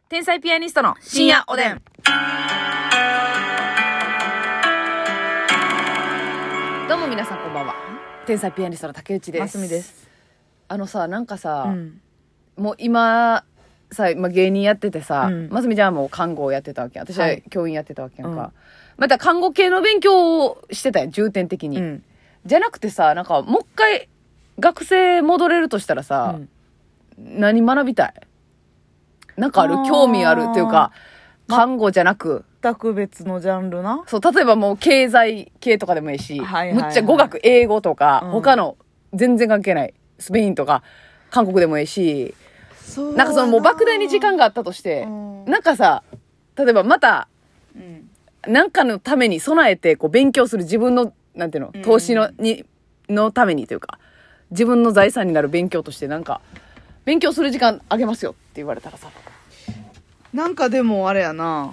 天才ピアニストの深夜おでん。どうも皆さんこんばんは。天才ピアニストの竹内です。 ますみです。 なんかさ、もう今さ、芸人やっててさ、ますみちゃんはもう看護をやってたわけ。私は教員やってたわけやんか。また看護系の勉強をしてたやん、重点的に。じゃなくてさ、なんかもう一回学生戻れるとしたらさ、何学びたい？なんかある？興味あるっていうか、看護じゃなく。 全く別のジャンルな。 そう、例えばもう経済系とかでもいいし、むっちゃ語学、英語とか、他の全然関係ない、スペインとか、韓国でもいいし、なんかそのもう莫大に時間があったとして、なんかさ、例えばまた、なんかのために備えてこう勉強する自分の、なんていうの、投資のためにというか、自分の財産になる勉強としてなんか、勉強する時間あげますよって言われたらさ。 なんかでもあれやな。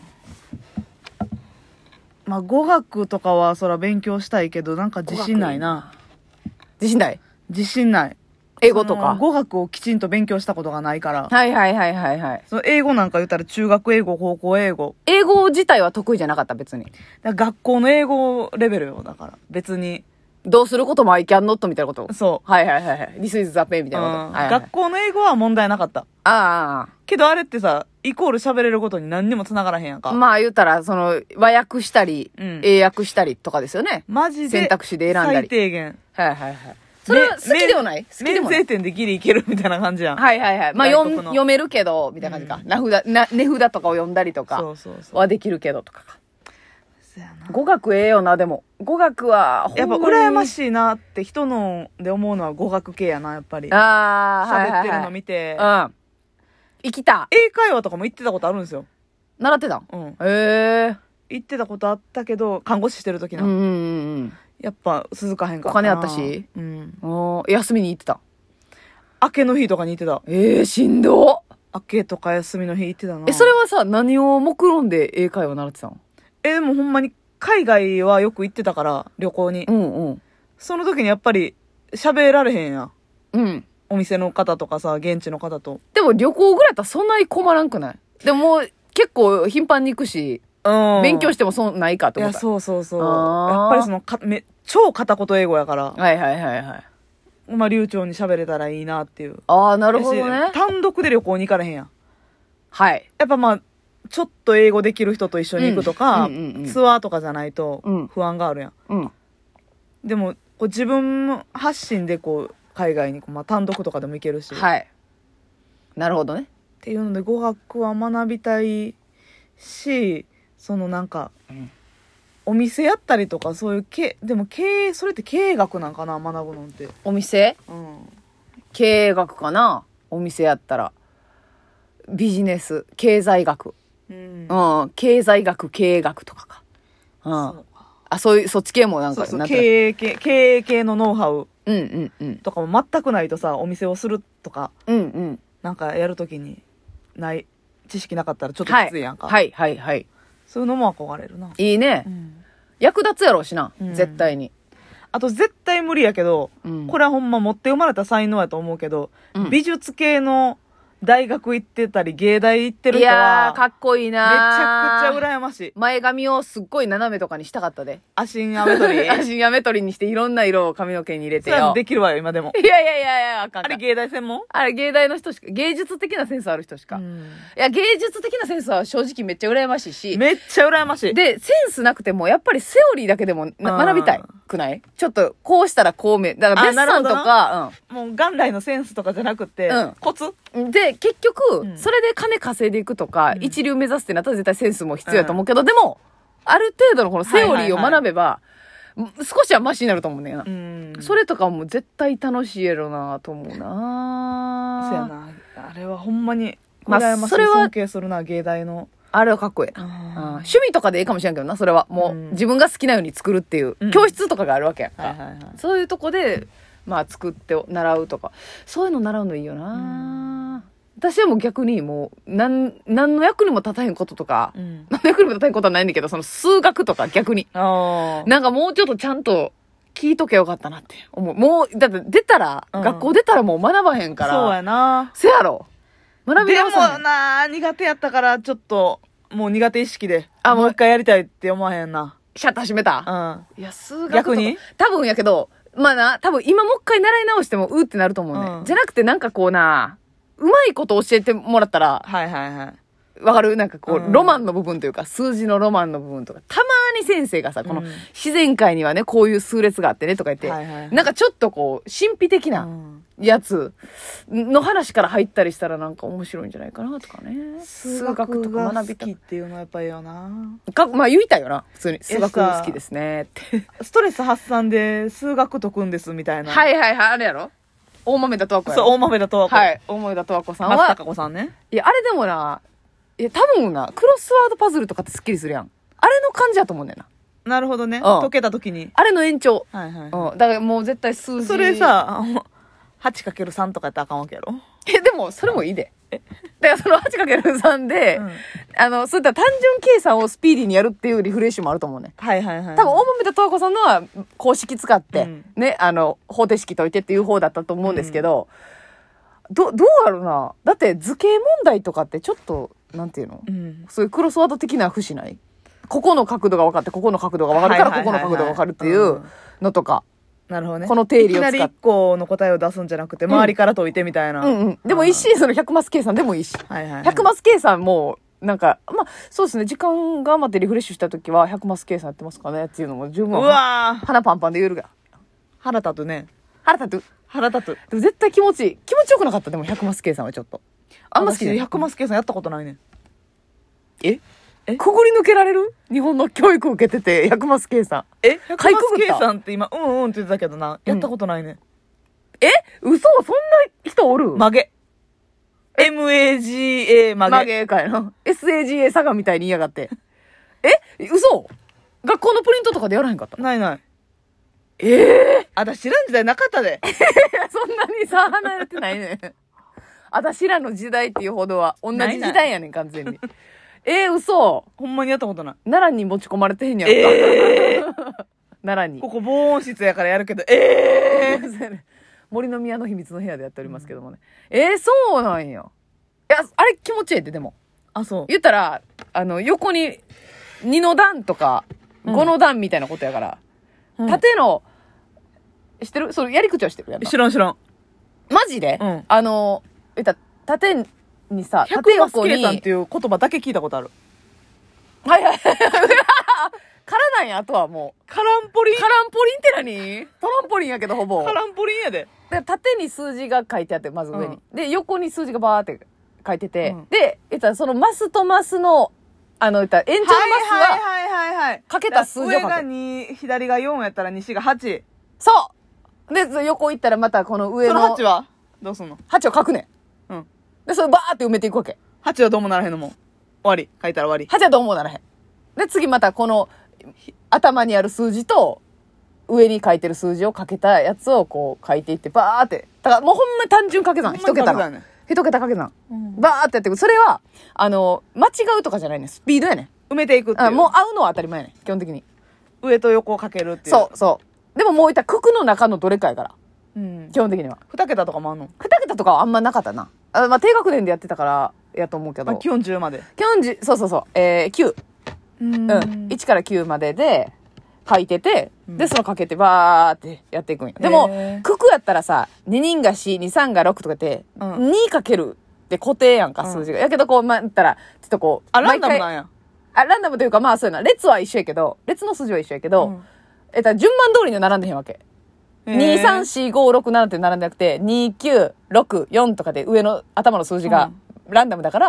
まあ語学とかはそら勉強したいけど、なんか自信ないな。 自信ない？ 自信ない。 英語とか語学をきちんと勉強したことがないから。 はい。 その英語なんか言ったら中学英語、高校英語。 英語自体は得意じゃなかった、別に。 学校の英語レベルよ、だから。別に。 どうすることも I can not みたいなこと。 そう。 はい。This is the pen みたいなこと。 学校の英語は問題なかった。けどあれってさ、イコール喋れることに何にも繋がらへんやんか。 まあ言ったら、和訳したり、英訳したりとかですよね。 マジで。 選択肢で選んだり。 最低限。 それは好きではない？好きでもない。 免税店でギリいけるみたいな感じやん。 まあ読めるけど、みたいな感じか。値札とかを読んだりとかはできるけどとかか。語学ええよな、でも。語学は、 やっぱ羨ましいなって人ので思うのは語学系やな、やっぱり。喋ってるの見て。 生きた。 英会話とかも行ってたことあるんですよ。 習ってたん？行ってたことあったけど、看護師してる時な。やっぱ続かへんかったな。 お金あったし。休みに行ってた。 明けの日とかに行ってた。 しんど。 明けとか休みの日行ってたな。 それはさ、何を目論んで英会話習ってたの？ でもほんまに海外はよく行ってたから、旅行に。その時にやっぱり喋られへんやん。お店の方とかさ、現地の方と。 でも旅行ぐらいだったらそんなに困らんくない？でももう結構頻繁に行くし、勉強してもそうないかと思った。 そう。やっぱりその超片言英語やから。まあ流暢に喋れたらいいなっていう。 なるほどね。 単独で旅行に行かれへんやん。やっぱまあ、ちょっと英語できる人と一緒に行くとか、ツアーとかじゃないと不安があるやん。でも、こう自分発信でこう、海外にまあ単独とかでも行けるし。 なるほどね。 っていうので、語学は学びたいし、そのなんか、お店やったりとか、そういうでもそれって経営学なんかな、学ぶのって。 お店？経営学かな？お店やったら。ビジネス、経済学。経済学、経営学とかか。そっち系もなんか、 経営系のノウハウとかも全くないとさ、お店をするとか、なんかやるときに知識なかったらちょっときついやんか。そういうのも憧れるな。 いいね。役立つやろうしな、絶対に。 あと絶対無理やけど、これはほんま持って生まれた才能やと思うけど、美術系の大学行ってたり、芸大行ってる人は、 かっこいいな。 めちゃくちゃ羨ましい。 前髪をすっごい斜めとかにしたかったで。 アシンアメトリアシンアメトリにしていろんな色を髪の毛に入れてよ。 そうできるわよ、今でも。 いや、あかん。 あれ芸大専門？ あれ芸大の人しか、芸術的なセンスある人しか。いや、芸術的なセンスは正直めっちゃ羨ましいし。 めっちゃ羨ましい。 で、センスなくても、やっぱりセオリーだけでも学びたいくない？ちょっと、こうしたらこうだから、デッサンとか、 もう元来のセンスとかじゃなくて、コツ？ で、結局、それで金稼いでいくとか、一流目指すってなったら絶対センスも必要やと思うけど、でも、ある程度のこのセオリーを学べば、少しはマシになると思うねんな。それとかも絶対楽しいやろなと思うな。 そうやな。あれはほんまに、羨ましい。尊敬するな、芸大の。 あれはかっこいい。趣味とかでいいかもしれんけどな、それは。もう、自分が好きなように作るっていう、教室とかがあるわけやんか。そういうとこで、まあ作って習うとか、そういうの習うのいいよな。私はもう逆にもう、何の役にも立たへんこととか、何の役にも立たへんことはないんだけど、その数学とか逆に。なんかもうちょっとちゃんと聞いとけよかったなって思う。もう、だって学校出たらもう学ばへんから。 そうやな。 せやろ。 学び直さない。 でもな、苦手やったから、ちょっと、もう苦手意識で、もう一回やりたいって思わへんな。 シャッター閉めた。 うん。 いや、数学と逆に多分やけど、まあな、多分今もう一回習い直しても、ってなると思うね。じゃなくてなんかこうな、うまいこと教えてもらったら、 はいはいはい。 わかるなんかこう、ロマンの部分というか、数字のロマンの部分とか、たまに先生がさ、この自然界にはね、こういう数列があってねとか言って、なんかちょっとこう、神秘的なやつの話から入ったりしたらなんか面白いんじゃないかなとかね。 数学とか学びたいっていうのはやっぱりよな。 まあ言いたいよな、普通に。数学好きですねって。 ストレス発散で数学解くんですみたいな。 はいはいはい、あれやろ大豆田十和子やろ。 そう、大豆田十和子。 はい、大豆田十和子さんは。 松たか子さんね。 いや、あれでもな、いや、多分な、クロスワードパズルとかってスッキリするやん。あれの感じやと思うねんな。 なるほどね。解けた時に。 あれの延長。 はいはい。 うん。だからもう絶対数字。 それさ、8×3 とかやったらあかんわけやろ。 でも、それもいいで。だからその 8×3 で、そういった単純計算をスピーディーにやるっていうリフレッシュもあると思うね。 はいはいはい。 多分、大豆田十和子さんのは公式使って、ね、方程式解いてっていう方だったと思うんですけど、どうやろうな。だって図形問題とかってちょっと、なんていうの、そういうクロスワード的な節ないここの角度が分かって、ここの角度が分かるから、ここの角度が分かるっていうのとか。 なるほどね。 この定理を使って。 いきなり1個の答えを出すんじゃなくて、周りから解いてみたいな。 でもいいし、その100マス計算でもいいし。100マス計算も、なんか、まあ、そうですね、時間が余ってリフレッシュした時は、100マス計算やってますかねっていうのも十分。鼻パンパンで言えるが。 腹立つね。 腹立つ。 腹立つ。 でも絶対気持ちいい。気持ちよくなかった、でも100マス計算はちょっと。 あんま好きで100マス計算やったことないね。 くぐり抜けられる日本の教育受けてて、100マス計算。 100マス計算って今、って言ってたけどな。やったことないね。 嘘そんな人おる曲げ。MAGA 曲げ。 曲げかいな。SAGA 佐賀みたいに言いやがって。嘘学校のプリントとかでやらへんかったないない。私知らん時代なかったで。 そんなにさ、離れてないねん。私らの時代っていうほどは、同じ時代やねん、完全に。嘘。 ほんまにやったことない。 奈良に持ち込まれてへんやんか。奈良に。 ここ防音室やからやるけど、 森の宮の秘密の部屋でやっておりますけどもね。そうなんや。いや、あれ気持ちいいって、でも。 あ、そう。 言ったら、横に2の段とか5の段みたいなことやから、縦の、知ってるそれやり口は知ってるやん。 知らん。 マジで言ったら、縦にさ、 100マス計算っていう言葉だけ聞いたことある。 はいはい。からなんや、あとはもう。 カランポリンって何トランポリンやけど、ほぼ。 カランポリンやで。 縦に数字が書いてあって、まず上に。で、横に数字がバーって書いてて。で、そのマスとマスの、延長のマスは、かけた数字を書く。 上が2、左が4やったら西が8。 そうで、横行ったらまたこの上の。 その8はどうすんの ?8 を書くねん。で、それバーって埋めていくわけ。 8はどうもならへんのも。終わり。書いたら終わり。 8はどうもならへん。で、次またこの、頭にある数字と、上に書いてる数字をかけたやつをこう書いていって、バーって。だからもうほんまに単純掛け算。一桁の。一桁掛け算。バーってやっていく。それは、間違うとかじゃないね。スピードやね。 埋めていくっていう。 もう合うのは当たり前やね。基本的に。 上と横をかけるっていう。 そう。でももういった九九の中のどれかやから。基本的には。 2桁とかもあんの ?2 桁とかはあんまなかったな。まあ、低学年でやってたから、やと思うけど。 基本10まで。 基本10、そう。9。1から9までで、書いてて、で、そのかけてバーってやっていくんよ。でも、九九やったらさ、2人が4、2、3が6とかって、2かけるって固定やんか、数字が。やけどこう、言ったら、ちょっとこう、 ランダムなんや。 ランダムというか、まあそういうの、列は一緒やけど、列の数字は一緒やけど、順番通りには並んでへんわけ。2、3、4、5、6、7って並んでなくて、2、9、6、4とかで上の頭の数字がランダムだから、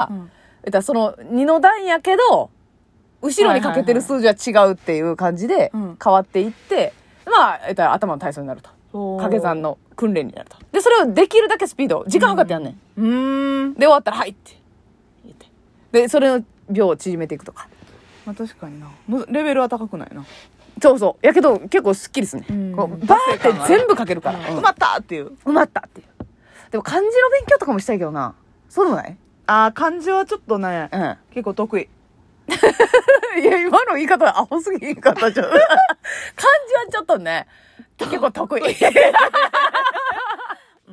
その2の段やけど、後ろにかけてる数字は違うっていう感じで変わっていって、まあ、頭の体操になると。掛け算の訓練になると。で、それをできるだけスピード、時間計ってやんねん。で、終わったら、はいって言って。で、それの秒を縮めていくとか。 まあ確かにな。レベルは高くないな。 そう。やけど、結構スッキリすね。バーって全部書けるから。 埋まったっていう。 埋まったっていう。でも漢字の勉強とかもしたいけどな。そうでもない？ 漢字はちょっとね、結構得意。 いや、今の言い方はアホすぎんかったじゃん。漢字はちょっとね、結構得意。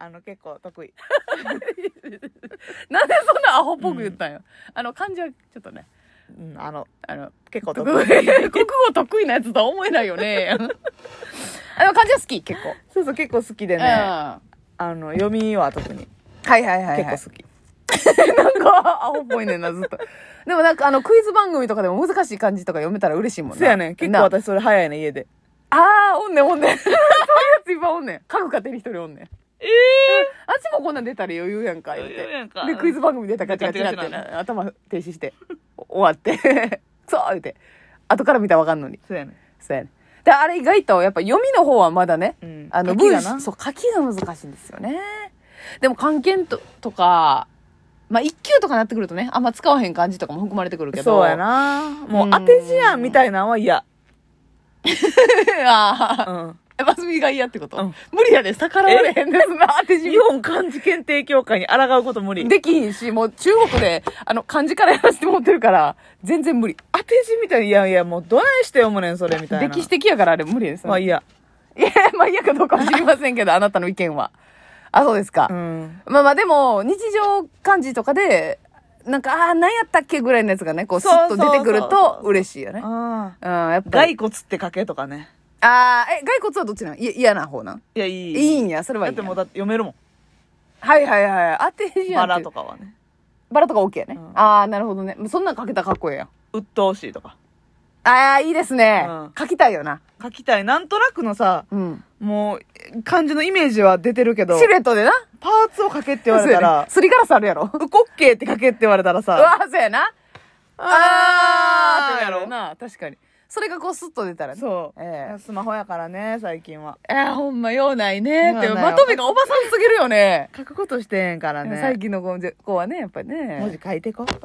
結構得意。 なんでそんなアホっぽく言ったんよ。漢字はちょっとね。 結構得意。 国語得意なやつとは思えないよね。漢字は好き、結構。 そうそう、結構好きでね。読みは特に。 はいはいはい。 結構好き。 なんか、アホっぽいねんな、ずっと。でもなんかクイズ番組とかでも難しい漢字とか読めたら嬉しいもんね。 そうやねん。結構私それ早いね、家で。 おんねん。そういうやついっぱいおんねん。各家庭に一人おんねん。あっちもこんなん出たら余裕やんか、言うて。で、クイズ番組出たらガチガチになってな、頭停止して、終わって、そう言うて。後から見たらわかんのに。 そうやねん。 そうやねん。で、あれ意外と、やっぱ読みの方はまだね、 書きがな。 そう、書きが難しいんですよね。でも、漢検とか、まあ、一級とかなってくるとね、あんま使わへん漢字とかも含まれてくるけど。 そうやな。もう当て字やんみたいなのは嫌。 マスミが嫌ってこと、無理やで、逆らわれへんですな、当て字。 日本漢字検定協会に抗うこと無理。 できひんし、もう中国で、漢字からやらせてもらってるから、全然無理。 当て字みたいな、いや、もうどないして読むねん、それみたいな。 歴史的やからあれ無理です。 まあ嫌。 いや、まあ嫌かどうかは知りませんけど、あなたの意見は。そうですか。まあでも、日常漢字とかで、なんか、何やったっけぐらいのやつがね、こう、スッと出てくると嬉しいよね。 やっぱ骸骨って書けとかね。 骸骨はどっちなん？嫌な方なん？ いや、いい。 いいんや、それはいい。 だって読めるもん。 はいはいはい。当て字やん。 バラとかはね。 バラとか OK やね。なるほどね。そんなん書けたらかっこいいやん。 鬱陶しいとか。 いいですね。書きたいよな。 書きたい。なんとなくのさ、もう、漢字のイメージは出てるけど。 シルエットでな。 パーツを書けって言われたら。 すりガラスあるやろ。 ウコッケーって書けって言われたらさ。 そうやな。ってやろな。確かに。それがこうスッと出たらね。 そう。スマホやからね、最近は。 ほんま用ないね。ってまとめがおばさんすぎるよね。 書くことしてんからね。 最近の子はね、やっぱりね。 文字書いてこ。